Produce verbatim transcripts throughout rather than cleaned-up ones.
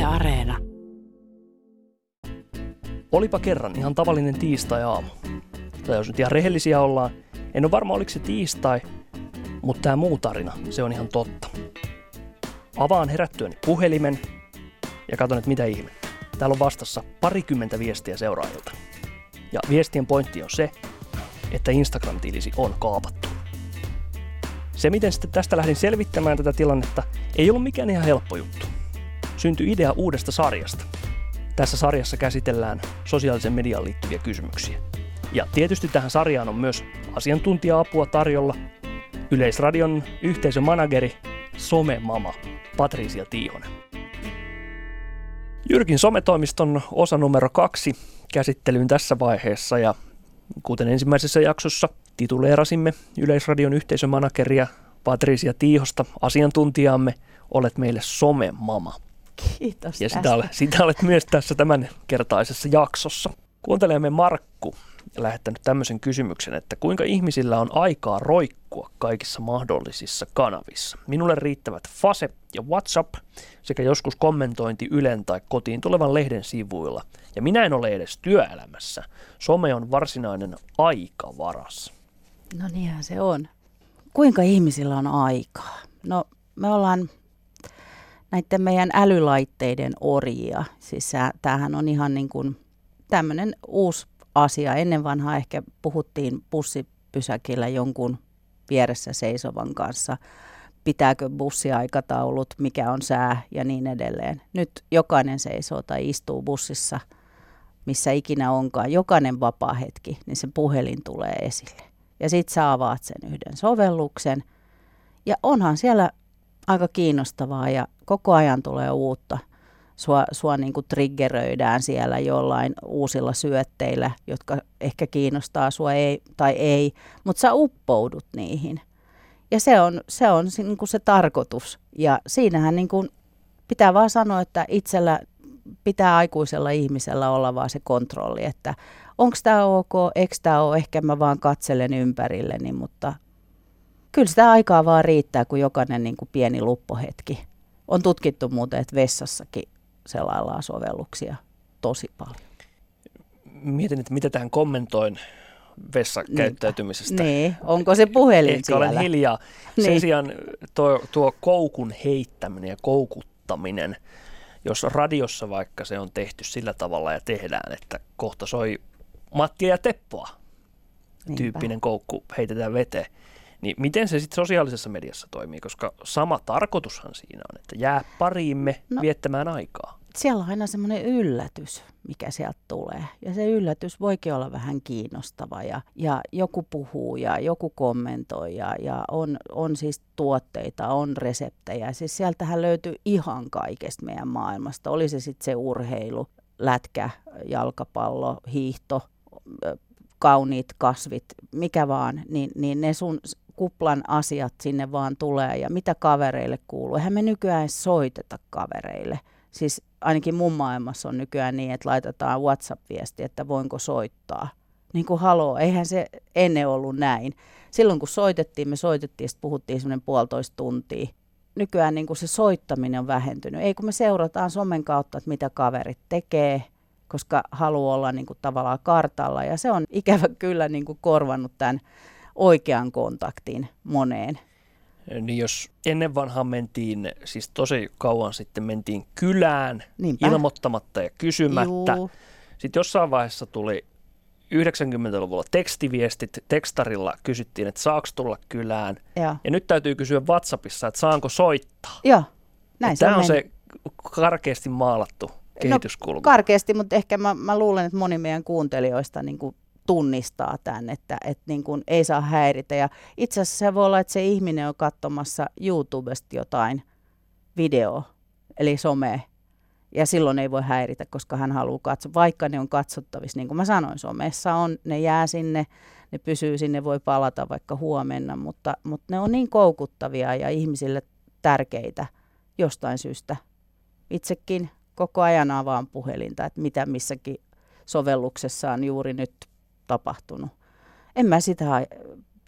Areena. Olipa kerran ihan tavallinen tiistai-aamu. Tai jos nyt ihan rehellisiä ollaan, en ole varma oliko se tiistai, mutta tämä muu tarina, se on ihan totta. Avaan herättyäni puhelimen ja katson, että mitä ihme. Täällä on vastassa parikymmentä viestiä seuraajilta. Ja viestien pointti on se, että Instagram-tilisi on kaapattu. Se, miten sitten tästä lähdin selvittämään tätä tilannetta, ei ollut mikään ihan helppo juttu. Syntyi idea uudesta sarjasta. Tässä sarjassa käsitellään sosiaalisen mediaan liittyviä kysymyksiä. Ja tietysti tähän sarjaan on myös asiantuntija-apua tarjolla. Yleisradion yhteisömanageri, somemama Patricia Tiihonen. Jyrkin sometoimiston osa numero kaksi käsittelyyn tässä vaiheessa ja kuten ensimmäisessä jaksossa tituleerasimme Yleisradion yhteisömanageria Patricia Tiihosta asiantuntijaamme, olet meille somemama. Kiitos ja tästä. sitä, olet, sitä olet myös tässä tämän kertaisessa jaksossa. Kuuntelijamme Markku lähettänyt tämmöisen kysymyksen, että kuinka ihmisillä on aikaa roikkua kaikissa mahdollisissa kanavissa. Minulle riittävät Fase ja WhatsApp sekä joskus kommentointi Ylen tai kotiin tulevan lehden sivuilla. Ja minä en ole edes työelämässä. Some on varsinainen aikavaras. No niinhän se on. Kuinka ihmisillä on aikaa? No me ollaan näiden meidän älylaitteiden orjia. Siis tämähän on ihan niin kuin tämmöinen uusi asia. Ennen vanhaa ehkä puhuttiin bussipysäkillä jonkun vieressä seisovan kanssa. Pitääkö bussiaikataulut, mikä on sää ja niin edelleen. Nyt jokainen seisoo tai istuu bussissa, missä ikinä onkaan. Jokainen vapaa hetki, niin se puhelin tulee esille. Ja sit sä avaat sen yhden sovelluksen. Ja onhan siellä aika kiinnostavaa ja koko ajan tulee uutta. Sua, sua niin kuin triggeröidään siellä jollain uusilla syötteillä, jotka ehkä kiinnostaa sua ei, tai ei, mutta sä uppoudut niihin. Ja se on se, on niin kuin se tarkoitus. Ja siinähän niin kuin pitää vaan sanoa, että itsellä pitää aikuisella ihmisellä olla vaan se kontrolli, että onko tämä ok, eikö tämä ole, ehkä mä vaan katselen ympärilleni, mutta kyllä sitä aikaa vaan riittää, kun jokainen niin kuin pieni luppohetki. On tutkittu muuten, että vessassakin selaillaan sovelluksia tosi paljon. Mietin, että mitä tähän kommentoin vessakäyttäytymisestä. Niin, onko se puhelin Ehkä siellä? olen hiljaa. Sen niin. sijaan tuo, tuo koukun heittäminen ja koukuttaminen, jos radiossa vaikka se on tehty sillä tavalla ja tehdään, että kohta soi Mattia ja Teppoa Niinpä. Tyyppinen koukku heitetään veteen, niin miten se sitten sosiaalisessa mediassa toimii? Koska sama tarkoitushan siinä on, että jää pariimme no, viettämään aikaa. Siellä on aina semmoinen yllätys, mikä sieltä tulee. Ja se yllätys voikin olla vähän kiinnostava. Ja, ja joku puhuu ja joku kommentoi ja, ja on, on siis tuotteita, on reseptejä. Siis sieltähän löytyy ihan kaikesta meidän maailmasta. Oli se sitten se urheilu, lätkä, jalkapallo, hiihto, kauniit kasvit, mikä vaan, niin, niin ne sun kuplan asiat sinne vaan tulee ja mitä kavereille kuuluu. Eihän me nykyään edes soiteta kavereille. Siis ainakin mun maailmassa on nykyään niin, että laitetaan WhatsApp-viesti, että voinko soittaa. Niin kuin haloo, eihän se ennen ollut näin. Silloin kun soitettiin, me soitettiin, sitten puhuttiin semmoinen puolitoista tuntia. Nykyään niin kuin se soittaminen on vähentynyt. Ei kun me seurataan somen kautta, että mitä kaverit tekee, koska haluaa olla niin kuin tavallaan kartalla. Ja se on ikävä kyllä niin kuin korvannut tämän oikean kontaktin moneen. Niin jos ennen vanhaan mentiin, siis tosi kauan sitten mentiin kylään Niinpä. Ilmoittamatta ja kysymättä. Juu. Sitten jossain vaiheessa tuli yhdeksänkymmentäluvulla tekstiviestit, tekstarilla kysyttiin, että saako tulla kylään. Ja, ja nyt täytyy kysyä WhatsAppissa, että saanko soittaa. Joo, näin se Tämä on, on se karkeasti maalattu kehityskulma. No, karkeasti, mutta ehkä mä, mä luulen, että moni meidän kuuntelijoista niin kuin tunnistaa tämän, että, että niin kuin ei saa häiritä. Ja itse asiassa se voi olla, että se ihminen on katsomassa YouTubesta jotain videoa, eli somea, ja silloin ei voi häiritä, koska hän haluaa katsoa, vaikka ne on katsottavissa. Niin kuin mä sanoin, somessa on, ne jää sinne, ne pysyy sinne, voi palata vaikka huomenna, mutta, mutta ne on niin koukuttavia ja ihmisille tärkeitä jostain syystä. Itsekin koko ajan avaan puhelinta, että mitä missäkin sovelluksessa on juuri nyt tapahtunut. En mä sitä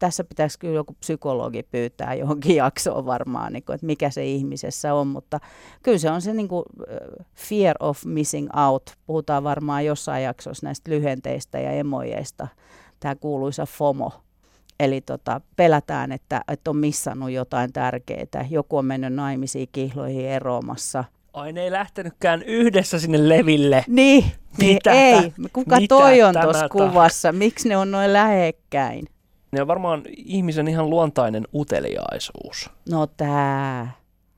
tässä pitäisi kyllä joku psykologi pyytää johonkin jaksoon varmaan, niin kuin, että mikä se ihmisessä on, mutta kyllä se on se niin kuin fear of missing out. Puhutaan varmaan jossain jaksossa näistä lyhenteistä ja emojeista, tämä kuuluisa FOMO. Eli tota, pelätään, että, että on missannut jotain tärkeää. Joku on mennyt naimisiin, kihloihin, eroamassa. Ai ne ei lähtenytkään yhdessä sinne leville. Niin, niin ei. Kuka mitä toi on tuossa kuvassa? Miksi ne on noin lähekkäin? Ne on varmaan ihmisen ihan luontainen uteliaisuus. No tää.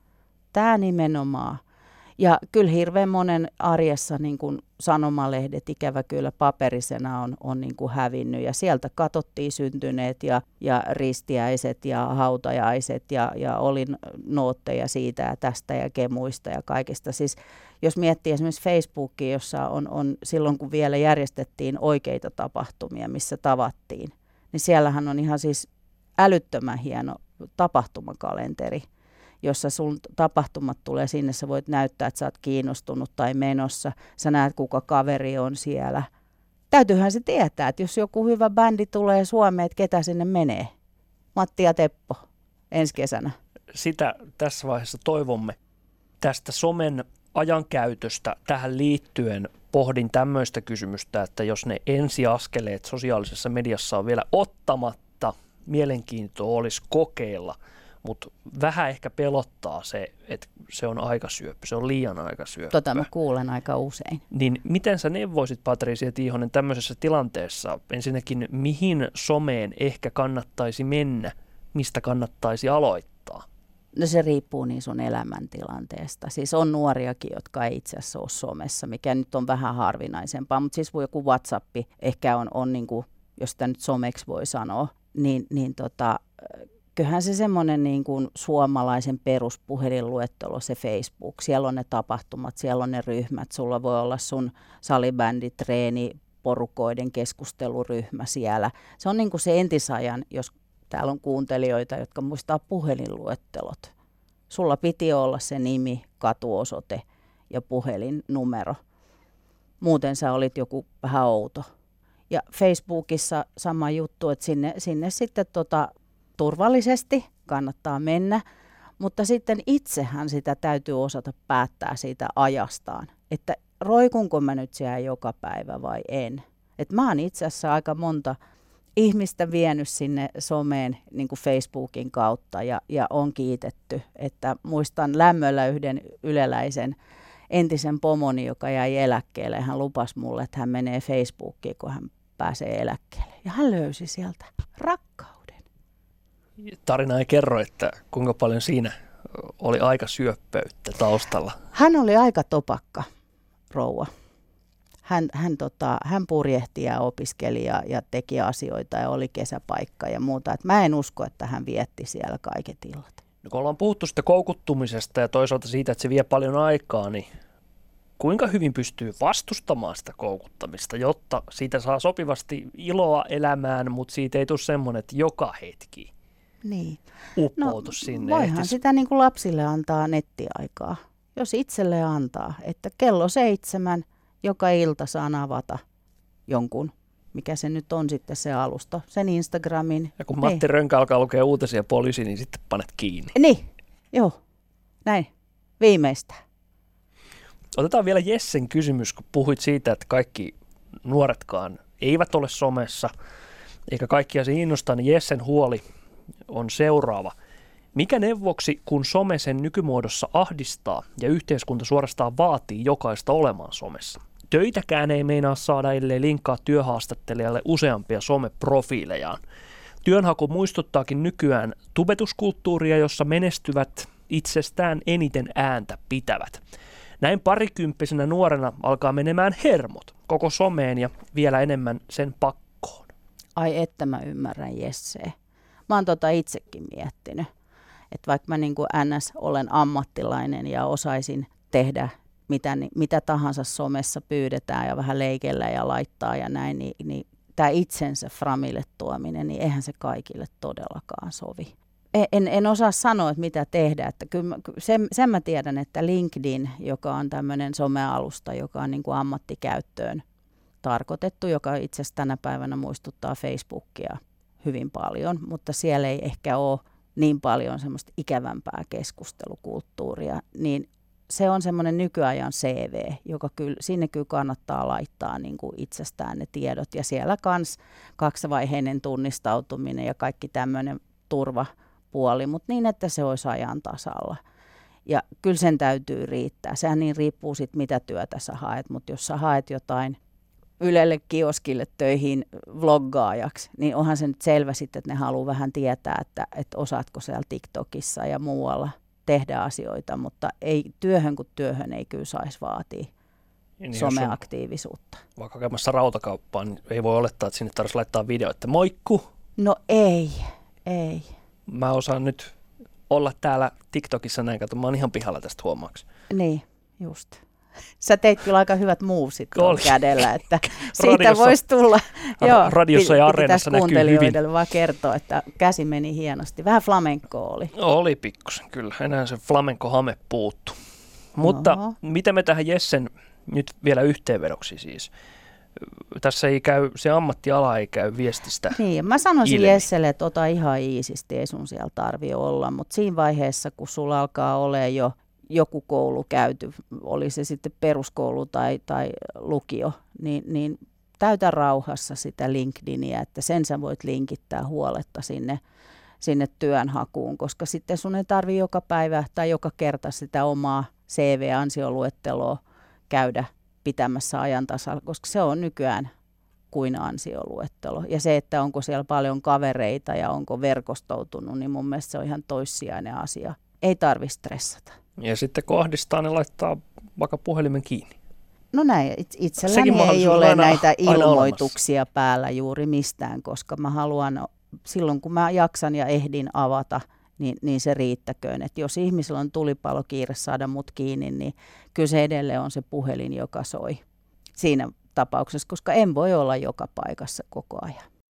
Tää nimenomaan. Ja kyllä hirveän monen arjessa niin kuin sanomalehdet, ikävä kyllä paperisena on, on niin kuin hävinnyt. Ja sieltä katsottiin syntyneet ja, ja ristiäiset ja hautajaiset ja, ja olin nootteja siitä ja tästä ja kemuista ja kaikista. Siis jos miettii esimerkiksi Facebookia, jossa on, on silloin kun vielä järjestettiin oikeita tapahtumia, missä tavattiin, niin siellähän on ihan siis älyttömän hieno tapahtumakalenteri, jossa sun tapahtumat tulee sinne, sä voit näyttää, että sä oot kiinnostunut tai menossa, sä näet, kuka kaveri on siellä. Täytyyhän se tietää, että jos joku hyvä bändi tulee Suomeen, että ketä sinne menee. Matti ja Teppo ensi kesänä. Sitä tässä vaiheessa toivomme. Tästä somen ajankäytöstä tähän liittyen pohdin tämmöistä kysymystä, että jos ne ensiaskeleet sosiaalisessa mediassa on vielä ottamatta, mielenkiintoa olisi kokeilla. Mutta vähän ehkä pelottaa se, että se on aikasyöppö, se on liian aikasyöppö. Tota mä kuulen aika usein. Niin miten sä neuvoisit, Patricia Tiihonen, tämmöisessä tilanteessa? Ensinnäkin, mihin someen ehkä kannattaisi mennä, mistä kannattaisi aloittaa? No se riippuu niin sun elämäntilanteesta. Siis on nuoriakin, jotka ei itse asiassa ole somessa, mikä nyt on vähän harvinaisempaa. Mutta siis joku WhatsApp ehkä on, on niin kuin, jos sitä nyt someksi voi sanoa, niin, niin tota... Kyllähän se semmoinen niin kuin suomalaisen peruspuhelinluettelo, se Facebook. Siellä on ne tapahtumat, siellä on ne ryhmät. Sulla voi olla sun salibändi, treeni, porukoiden keskusteluryhmä siellä. Se on niin kuin se entisajan, jos täällä on kuuntelijoita, jotka muistaa puhelinluettelot. Sulla piti olla se nimi, katuosoite ja puhelinnumero. Muuten sä olit joku vähän outo. Ja Facebookissa sama juttu, että sinne, sinne sitten tota... turvallisesti kannattaa mennä, mutta sitten itsehän sitä täytyy osata päättää siitä ajastaan, että roikunko mä nyt siellä joka päivä vai en. Et mä oon itse asiassa aika monta ihmistä vienyt sinne someen niin kuin Facebookin kautta ja, ja on kiitetty, että muistan lämmöllä yhden yleläisen entisen pomoni, joka jäi eläkkeelle. Hän lupasi mulle, että hän menee Facebookiin, kun hän pääsee eläkkeelle. Ja hän löysi sieltä rakkauden. Tarina ei kerro, että kuinka paljon siinä oli aika syöppöyttä taustalla. Hän oli aika topakka rouva. Hän, hän, tota, hän purjehti ja opiskeli ja, ja teki asioita ja oli kesäpaikka ja muuta. Et mä en usko, että hän vietti siellä kaiket illat. No, kun ollaan puhuttu sitä koukuttumisesta ja toisaalta siitä, että se vie paljon aikaa, niin kuinka hyvin pystyy vastustamaan sitä koukuttamista, jotta siitä saa sopivasti iloa elämään, mutta siitä ei tule semmoinen, että joka hetki niin. uppoutu no, sinne. Voihan ehtis... sitä niin kuin lapsille antaa nettiaikaa, jos itselle antaa, että kello seitsemän joka ilta saa avata jonkun, mikä se nyt on sitten se alusta, sen Instagramin. Ja kun Matti ei. Rönkä alkaa lukea uutisia poliisi, niin sitten panet kiinni. Niin, joo, näin, viimeistään. Otetaan vielä Jessen kysymys, kun puhuit siitä, että kaikki nuoretkaan eivät ole somessa, eikä kaikkia se innostaa, niin Jessen huoli on seuraava. Mikä neuvoksi, kun some sen nykymuodossa ahdistaa ja yhteiskunta suorastaan vaatii jokaista olemaan somessa? Töitäkään ei meinaa saada, ellei linkkaa työhaastattelijalle useampia someprofiilejaan. Työnhaku muistuttaakin nykyään tubetuskulttuuria, jossa menestyvät itsestään eniten ääntä pitävät. Näin parikymppisenä nuorena alkaa menemään hermot koko someen ja vielä enemmän sen pakkoon. Ai että mä ymmärrän Jesseä. Mä oon tota itsekin miettinyt, että vaikka mä niin kuin ns. Olen ammattilainen ja osaisin tehdä mitä, mitä tahansa somessa pyydetään ja vähän leikellä ja laittaa ja näin, niin, niin tämä itsensä framille tuominen, niin eihän se kaikille todellakaan sovi. En, en osaa sanoa, että mitä tehdä. Että kyllä sen, sen mä tiedän, että LinkedIn, joka on tämmöinen somealusta, joka on niin kuin ammattikäyttöön tarkoitettu, joka itse asiassa tänä päivänä muistuttaa Facebookia hyvin paljon, mutta siellä ei ehkä ole niin paljon semmoista ikävämpää keskustelukulttuuria, niin se on semmoinen nykyajan C V, joka kyllä, sinne kyllä kannattaa laittaa niin kuin itsestään ne tiedot. Ja siellä kans kaksivaiheinen tunnistautuminen ja kaikki tämmöinen turvapuoli, mutta niin, että se olisi ajan tasalla. Ja kyllä sen täytyy riittää. Sehän niin riippuu siitä, mitä työtä sä haet, mutta jos sä haet jotain Ylelle kioskille töihin vloggaajaksi, niin onhan se nyt selvä sitten, että ne haluaa vähän tietää, että, että osaatko siellä TikTokissa ja muualla tehdä asioita, mutta ei työhön kuin työhön ei kyllä saisi vaatia niin, someaktiivisuutta. Vaikka käymässä rautakauppaan, niin ei voi olettaa, että sinne tarvitsisi laittaa video, että moikku. No ei, ei. Mä osaan nyt olla täällä TikTokissa näin, kato, mä oon ihan pihalla tästä huomaaksi. Niin, just. Sä teit kyllä aika hyvät muusit tuolla kädellä, että siitä voisi tulla. Joo, radiossa ja areenassa näkyy hyvin. Vaan kertoa, että käsi meni hienosti. Vähän flamenkoa oli. Oli pikkusen, kyllä. Enää se flamenco-hame puuttu. Mutta Oho. Miten me tähän Jessen nyt vielä yhteenvedoksi siis? Tässä ei käy, se ammattiala ei käy viestistä. Niin, mä sanoisin ilmi. Jesselle, että ota ihan iisisti, ei sun siellä tarvitse olla, mutta siinä vaiheessa, kun sulla alkaa olemaan jo joku koulu käyty, oli se sitten peruskoulu tai, tai lukio, niin, niin täytä rauhassa sitä LinkedInia, että sen sä voit linkittää huoletta sinne, sinne työnhakuun, koska sitten sun ei tarvitse joka päivä tai joka kerta sitä omaa C V-ansioluetteloa käydä pitämässä ajan tasalla, koska se on nykyään kuin ansioluettelo. Ja se, että onko siellä paljon kavereita ja onko verkostoutunut, niin mun mielestä se on ihan toissijainen asia. Ei tarvitse stressata. Ja sitten kun ahdistaa, ne laittaa vaikka puhelimen kiinni. No näin, itselläni ei ole aina, näitä ilmoituksia aina päällä juuri mistään, koska mä haluan, silloin kun mä jaksan ja ehdin avata, niin, niin se riittäköön. Että jos ihmisellä on tulipalokiire saada mut kiinni, niin kyllä se edelleen on se puhelin, joka soi siinä tapauksessa, koska en voi olla joka paikassa koko ajan.